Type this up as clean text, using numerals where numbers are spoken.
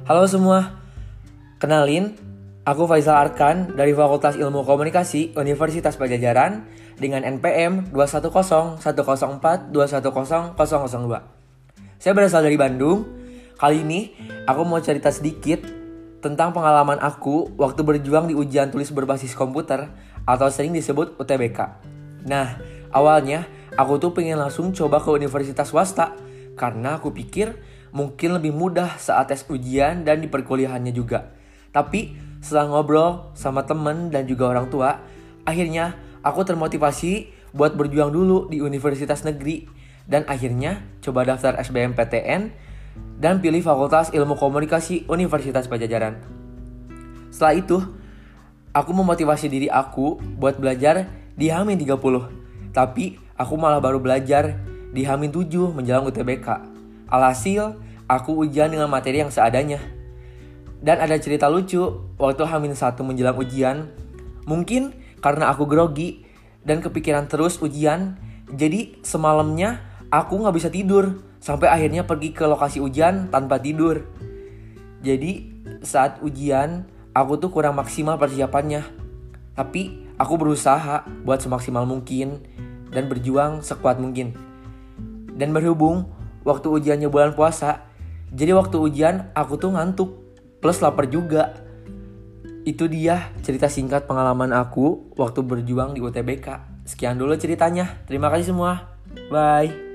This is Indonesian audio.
Halo semua, kenalin, aku Faisal Arkan dari Fakultas Ilmu Komunikasi Universitas Padjadjaran dengan NPM 210.104.210.002. Saya berasal dari Bandung. Kali ini aku mau cerita sedikit tentang pengalaman aku waktu berjuang di ujian tulis berbasis komputer atau sering disebut UTBK. Nah, awalnya aku tuh pengen langsung coba ke universitas swasta karena aku pikir mungkin lebih mudah saat tes ujian dan di perkuliahannya juga. Tapi setelah ngobrol sama temen dan juga orang tua, akhirnya aku termotivasi buat berjuang dulu di universitas negeri. Dan akhirnya coba daftar SBMPTN dan pilih Fakultas Ilmu Komunikasi Universitas Padjadjaran. Setelah itu, aku memotivasi diri aku buat belajar di H-30. Tapi aku malah baru belajar di H-7 menjelang UTBK. Alhasil, aku ujian dengan materi yang seadanya. Dan ada cerita lucu, waktu H-1 menjelang ujian, mungkin karena aku grogi dan kepikiran terus ujian, jadi semalamnya aku gak bisa tidur, sampai akhirnya pergi ke lokasi ujian tanpa tidur. Jadi saat ujian, aku tuh kurang maksimal persiapannya. Tapi aku berusaha buat semaksimal mungkin dan berjuang sekuat mungkin. Dan berhubung waktu ujiannya bulan puasa, jadi waktu ujian aku tuh ngantuk plus lapar juga. Itu dia cerita singkat pengalaman aku waktu berjuang di UTBK. Sekian dulu ceritanya. Terima kasih semua. Bye.